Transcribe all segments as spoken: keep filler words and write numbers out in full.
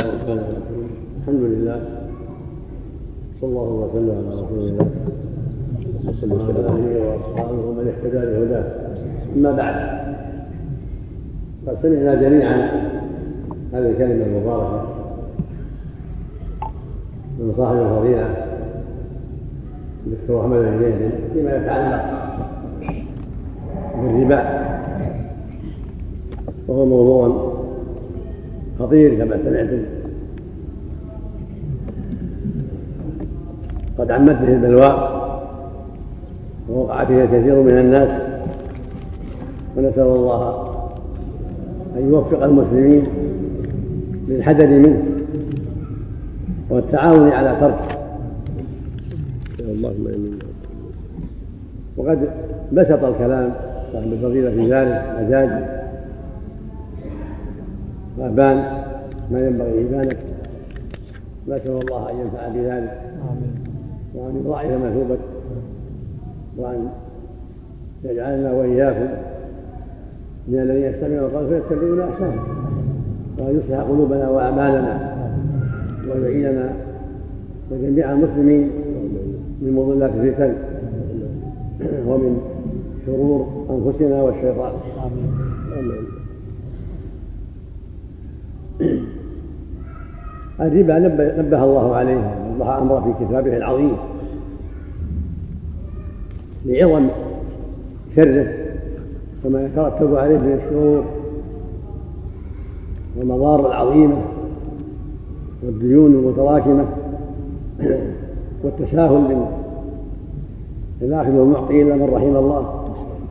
الرحمن الرحيم. الحمد لله صلى الله وسلم على رسول الله وعلى اله واصحابه ومن اهتدى بهداه. اما بعد، قد سمعنا جميعا هذه الكلمه المباركه من صاحب الفضيله الدكتور احمد الجندي فيما يتعلق بالربا، وهو موضوع خطير كما سمعتم، قد عمت به البلوى ووقع فيه كثير من الناس، ونسأل الله أن يوفق المسلمين للحذر منه والتعاون على تركه. اللهم آمين. وقد بسط الكلام صاحب الفضيلة في ذلك مجاز وأبان ما ينبغي إبانه، نسأل الله أن ينفع بذلك وأن يضاعف مثوبته وأن يجعلنا وإياكم من الذين يستمعون القول فيتبعون أحسنه، وأن يصلح قلوبنا وأعمالنا ويعيننا وجميع المسلمين من مضلات الفتن ومن شرور أنفسنا والشيطان. آمين. الربا نبه الله عليه ووضح أمره في كتابه العظيم لعظم شره وما يترتب عليه من الشرور والمضار العظيمة والديون المتراكمة والتساهل من الآخذ والمعطي إلا من رحم الله.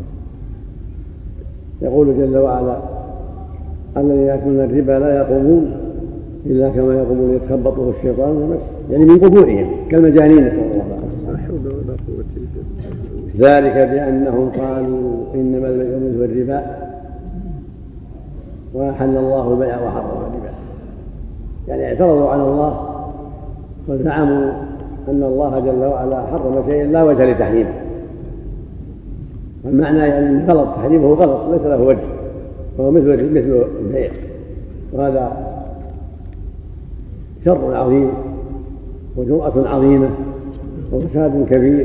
يقول جل وعلا: الذين يأكلون الربا لا يقومون إلا كما يقومون يتخبطه الشيطان من المس، يعني من قبورهم كالمجانين، نسأل الله العافية. ذلك بأنهم قالوا إنما البيع مثل الربا وأحل الله البيع وحرم الربا، يعني اعترضوا على الله وزعموا أن الله جل وعلا حرم شيئا لا وجه لتحريمه، والمعنى يعني غلط، تحريمه غلط ليس له وجه، فهو مثل مثل البيع، وهذا شر عظيم وجرأة عظيمة وفساد كبير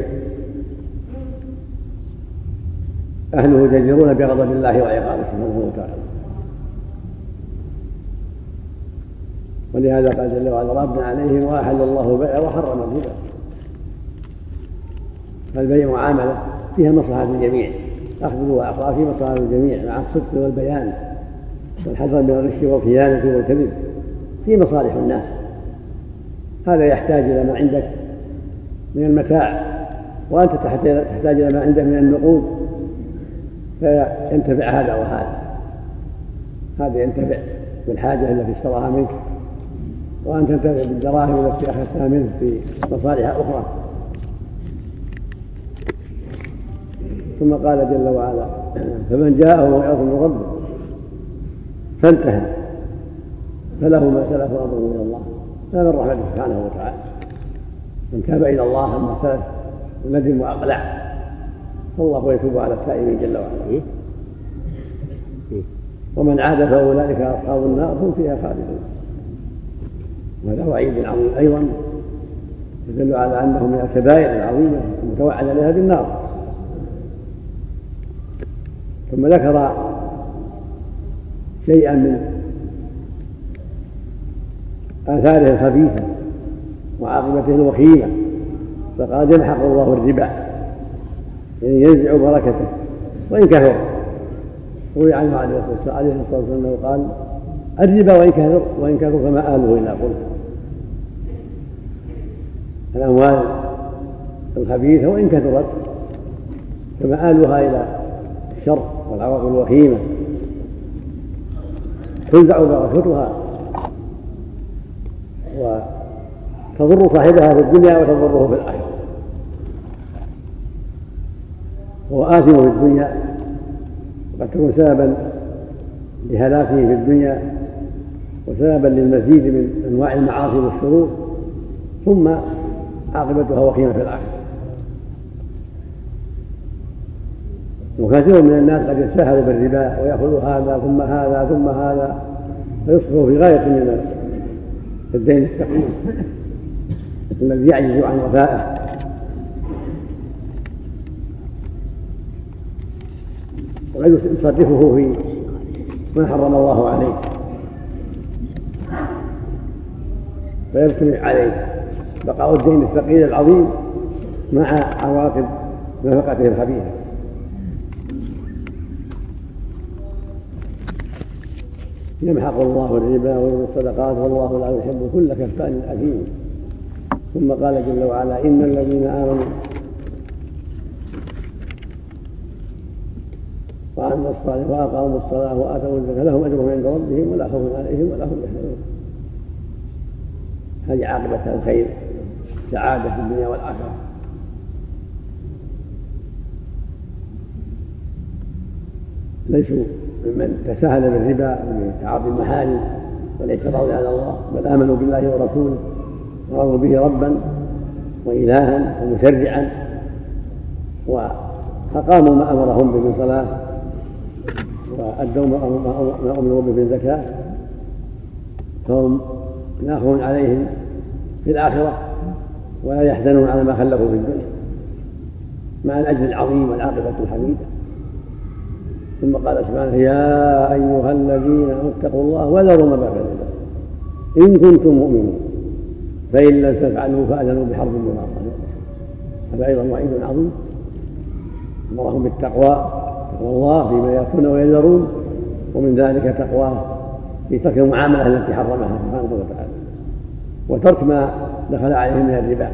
أهله جديرون بغضب الله وعقابه سبحانه وتعالى. ولهذا قال جل وعلا: ربنا عليهم وأحل الله البيع وحرم الربا. فالبيع معاملة فيها مصلحة الجميع، أخذ وإعطاء في مصلحة الجميع مع الصدق والبيان والحذر من الغش والخيانة والكذب، في مصالح الناس. هذا يحتاج إلى ما عندك من المتاع، وأنت تحتاج إلى ما عندك من النقود، فينتفع هذا وهذا. هذا ينتفع بالحاجة التي اشتراها منك، وأنت تنتفع بالدراهم التي أخذتها منه في مصالح أخرى. ثم قال جل وعلا: فمن جاءه موعظة من ربه فانتهى فله ما سلف وأمره إلى الله. هذا من رحمته سبحانه وتعالى، من تاب إلى الله عما سلف وندم وأقلع فالله يتوب على التائبين جل وعلا. ومن عاد فأولئك أصحاب النار هم فيها خالدون. وهذا وعيد عظيم أيضا يدل على أنه من الكبائر العظيمة المتوعد عليها بالنار. ثم ذكر شيئا من آثاره الخبيثة وعاقبته الوخيمة، فقال: يمحق الله الربا، يعني ينزع بركته وإن كثر. روي عنه عليه الصلاة والسلام قال: الربا وإن كثر وإن كثر فما آله إلا قل. الأموال الخبيثة وإن كثرت فمآلها إلى الشر والعواقب الوخيمة، تنزع بركتها وتضر صاحبها في الدنيا وتضره في الآخرة. هو آثم في الدنيا وقد تكون سببا لهلاكه في الدنيا وسببا للمزيد من أنواع المعاصي والشرور، ثم عاقبتها وخيمة في الآخرة. وكثير من الناس قد يتساهلوا بالربا ويأخذوا هذا ثم هذا ثم هذا فيصبحوا في غاية من الدين الثقيل الذي يعجز عن وفائه، وقد يصرفه في ما حرم الله عليه فيجتمع عليه بقاء الدين الثقيل العظيم مع عواقب نفقته الخبيثة. يمحق الله الربا ويربي الصدقات والله لا يحب كل كفار أثيم. ثم قال جل وعلا: إن الذين آمنوا وعملوا الصالحات وأقاموا الصلاة وآتوا الزكاة لهم أجرهم عند ربهم ولا خوف عليهم ولا هم يحزنون. هذه عاقبة الخير، السعادة في الدنيا والآخرة. ليسوا ممن تساهل بالربا وبتعاطي المحارم والاعتراض على الله، بل آمنوا بالله ورسوله ورضوا به ربا وإلها ومشرعا وأقاموا ما أمرهم به من صلاة وأدوا ما أمروا به من زكاة، فهم لا خوف عليهم في الآخرة ولا يحزنون على ما خلفوا في الدنيا مع الأجر العظيم والعاقبة الحميدة. ثم قال سبحانه: يا أيها الذين آمنوا اتقوا الله وذروا ما بقي من الربا إن كنتم مؤمنين فإن لم تفعلوا فأذنوا بحرب من الله. هذا أيضا وعيد عظيم، أمرهم بالتقوى، تقوى الله فيما يأكلون ويذرون، ومن ذلك تقواه في ترك المعاملة التي حرمها سبحانه وتعالى وترك ما دخل عليه من الربا.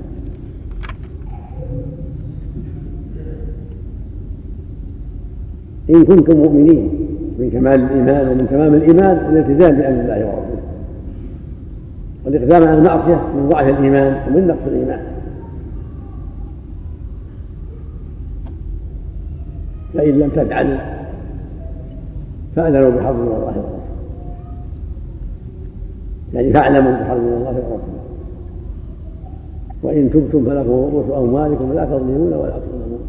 إن كنتم مؤمنين، من كمال الإيمان ومن تمام الإيمان الالتزام بأمر الله ورسوله، والإقدام على المعصية من ضعف الإيمان ومن نقص الإيمان. فإن لم تفعلوا فأذنوا بحرب من الله ورسوله، يعني فاعلموا بحرب من الله ورسوله. وإن تبتم فلكم رؤوس أموالكم لا تظلمون ولا تظلمون.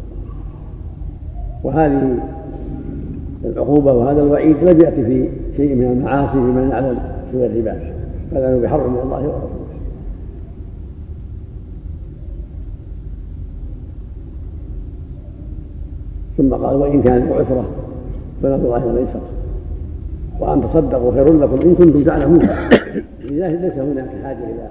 وهذه العقوبة وهذا الوعيد لم يأتي في شيء من المعاصي بما نعلم سوى الربا، فأذنوا بحرب من الله ورسوله. ثم قال: وإن كانت عسرة فنظرة إلى الأيسر وأن تصدقوا خير لكم إن كنتم تعلمون. لذلك ليس هناك حاجة إلى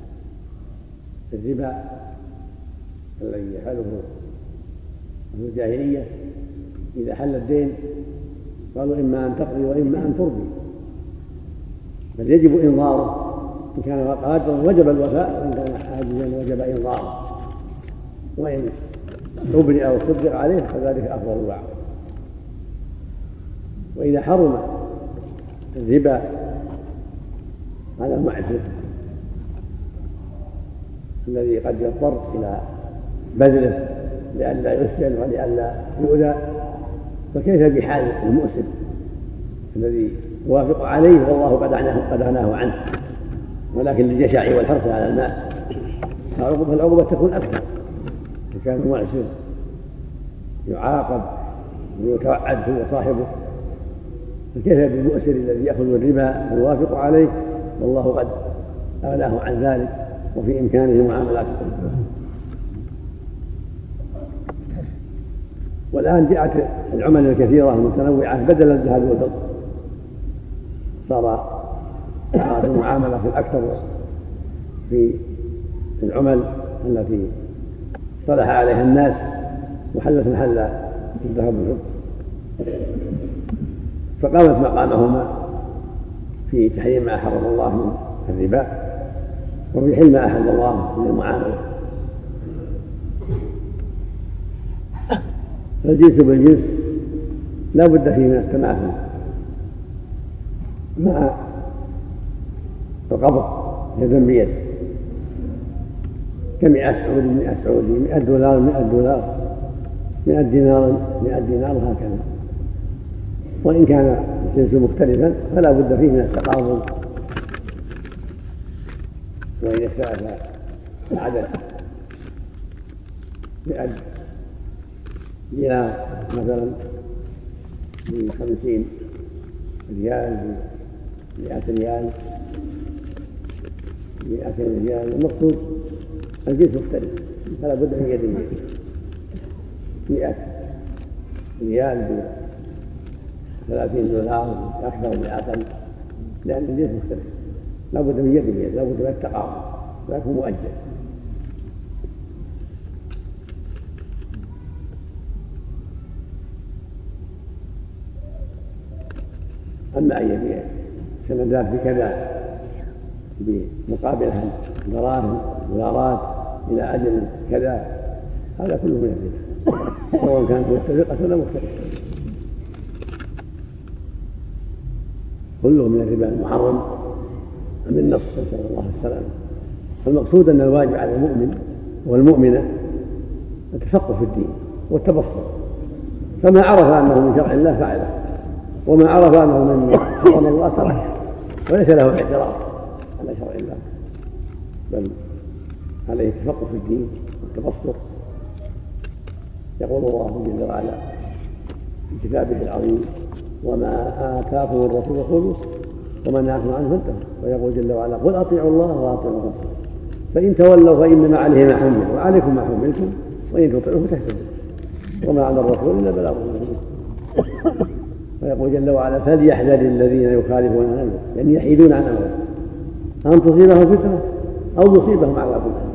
الربا الذي يحله في الجاهلية. إذا حل الدين قالوا إما أن تقضي وإما أن ترضي، بل يجب إنظاره. إن كان قادرا وجب الوفاء، وإن كان عاجزا وجب إنظاره، وإن أبرئ أو صدق عليه فذلك أفضل وأعظم. وإذا حرم الربا على المعسر الذي قد يضطر إلى بذله لئلا يسجن ولئلا يؤذى، فكيف بحال المؤسر الذي يوافق عليه والله قد عناه عنه ولكن للجشع والحرص على المال؟ فالعقوبة تكون أكثر إذا كان المعسر يعاقب ويتوعد هو صاحبه، فكيف بالمؤسر الذي يأخذ الربا ويوافق عليه والله قد أغناه عن ذلك وفي إمكانه معاملاته. والآن جاءت العمل الكثيرة المتنوعة بدل الذهب والفضة، صار المعاملة الأكثر في العمل التي اصطلح عليها الناس وحلت محل الذهب والفضة، فقامت مقامهما في تحريم ما حرم الله من الربا وفي حل ما أحل الله من المعاملة. فالجنس بالجنس لا بد فيه من التماثل مع القبض يدا بيد، كمئة سعودي مئة سعودي، مئة دولار مئة دولار، مئة دينار مئة دينار، وهكذا. وإن كان الجنس مختلفا فلا بد فيه من التقابض. وإن اختلف العدد مئة دينار مثلا بخمسين ريال بمئة ريال مئتين ريال. المقصود الجنس مختلف فلا بد من يد بيد. مئة ريال بثلاثين دولار أكثر من أقل، لأن الجنس مختلف لا بد من يد بيد، لا بد من التقارب ويكون مؤجل. أما أن يبيع سندات بكذا بمقابل دراهم دولارات إلى أجل كذا، هذا كله من الربا سواء كانت متفقة ولا مختلفة، كله من الربا المحرم بالنص نسأل الله السلامة. المقصود أن الواجب على المؤمن والمؤمنة التفقه في الدين والتبصر، فما عرف أنه من شرع الله فعله، وما عرف أنه من حرم الله تركه، وليس له اعتراض على شرع الله، بل عليه التفقه في الدين والتبصر. يقول الله جل وعلا في كتابه العظيم: وما آتاكم الرسول خذوه وما نهاكم عنه فانتهوا. ويقول جل وعلا: قل أطيعوا الله وأطيعوا الرسول فإن تولوا فإنما عليه ما حمل وعليكم ما حملتم وإن تطيعوه تهتدوا وما على الرسول إلا بلاغ المبين. ويقول جل وعلا: فليحذر الذين يخالفون عن امره، يعني يحيدون عن امره، ان تصيبهم فتنه او يصيبهم عذاب اليم.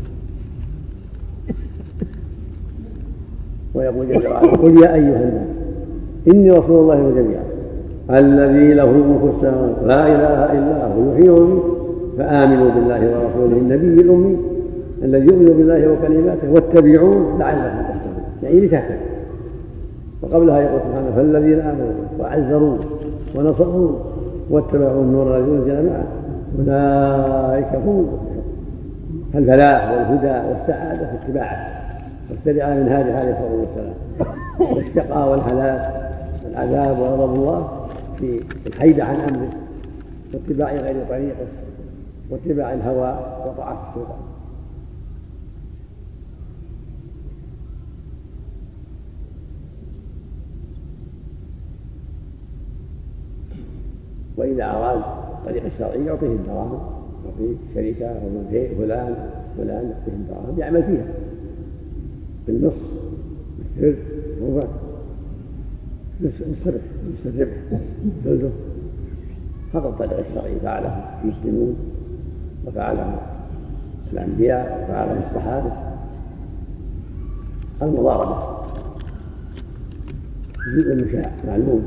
ويقول جل وعلا: قل يا ايها الناس اني رسول الله جميعا الذي له ملك السماوات لا اله الا هو يحيي ويميت فامنوا بالله ورسوله النبي الامي الذي يؤمن بالله وكلماته واتبعوه لعلكم تهتدون، يعني لتهتدوا. وقبلها يقول سبحانه: فالذين آمنوا وعزروه ونصروه واتبعوا النور الذي أنزل معه أولئك هم المفلحون. فالفلاح والهدى والسعادة في اتباعه والسير على منهاجه عليه الصلاة والسلام، والشقاء والهلاك والعذاب وغضب الله في الحيد عن أمره واتباع غير طريقه واتباع الهوى وطاعة الشيطان. وإذا أراد الطريق الشرعي يعطيه الدراهم، يعطيه شركة أو فلان فلان يعطيه الدراهم يعمل فيها بالنصف بالثلث ربع نصف الربح نصف الربح ثلثه. هذا الطريق الشرعي فعله المسلمون وفعله الأنبياء وفعله الصحابة. المضاربة جزء المشاع معلوم،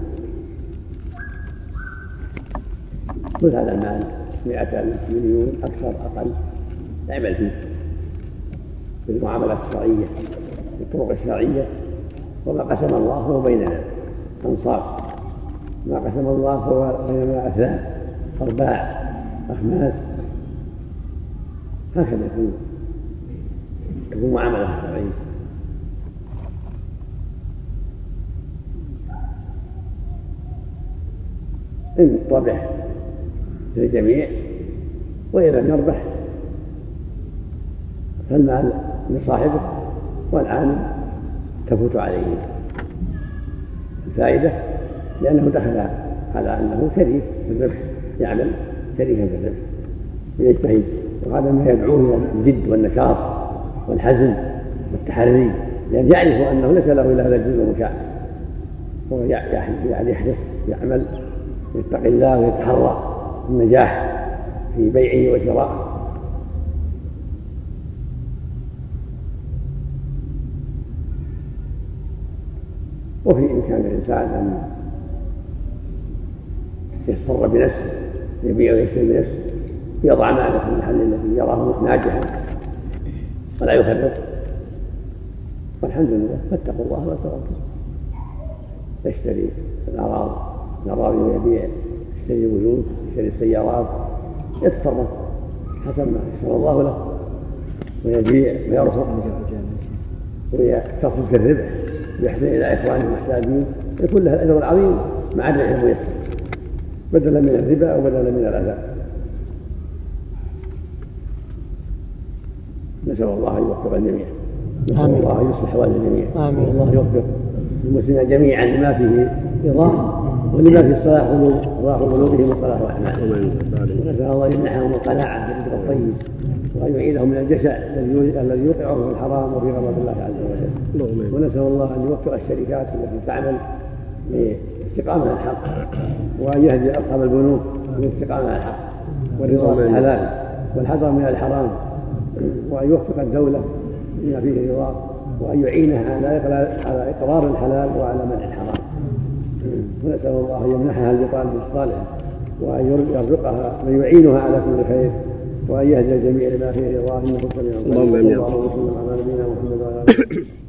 خذ هذا المال مئة ألف مليون أكثر أقل اعمل فيه بالمعاملات الشرعية بالطرق الشرعية. وما قسم الله هو بيننا أنصاف، ما قسم الله هو بيننا أثلاث أرباع أخماس، هكذا يكون تكون معاملة شرعية. إن ربح للجميع وإن لم يربح فالمال لصاحبه والعامل تفوت عليه الفائدة، لأنه دخل على أنه شريك في الربح، يعمل شريكا في الربح ويجتهد، وهذا ما يدعوه إلى الجد والنشاط والحزم والتحري، لأن يعرف أنه ليس له إلا هذا الجزء المشاع، هو يعني يحرص يعمل يتقي الله ويتحرى النجاح في بيعه وشرائه. وفي إمكان الإنسان أن يسر بنفسه، يبيع ويشتري بنفسه، يضع ماله في المحل الذي يراه ناجحا ولا يخرب، والحمد لله. فاتقوا الله ما استطعتم. يشتري الأراضي الأراضي ويبيع، يشتري بيوت، يشتري السيارات، يتصرف حسب ما يسر الله له، ويبيع ويرفق ويقتصد في الربح ويحسن إلى إخوانه المحتاجين، يكون له الأجر العظيم مع الربح الميسر بدلا من الربا وبدلا من العذاب. نسأل الله أن يوفق الجميع، نسأل الله أن يصلح أحوال الجميع، نسأل الله يوفق المسلمين جميعا لما فيه رضاه ولما في الصلاح قلوب صلاح قلوبهم وصلاح اعمالهم. ونسال الله ان يمنحهم القناعه بالرزق الطيب وان يعيدهم من الجشع الذي يوقعهم في الحرام وفي غضب الله عز وجل. ونسال الله ان يوفق الشركات التي تعمل للاستقامه على الحق وان يهدي اصحاب البنوك للاستقامه على الحق والرضا بالحلال والحذر من الحرام وان يوفق الدوله بما فيه رضاه وأن يعينها على إقرار الحلال وعلى منع الحرام. ونسأل الله أن يمنحها البطانة الصالحة وأن يرزقها من يعينها على كل خير وأن يهدي الجميع لما فيه رضاه إنه سميع قريب. اللهم آمين. اللهم صل على نبينا محمد وعلى آله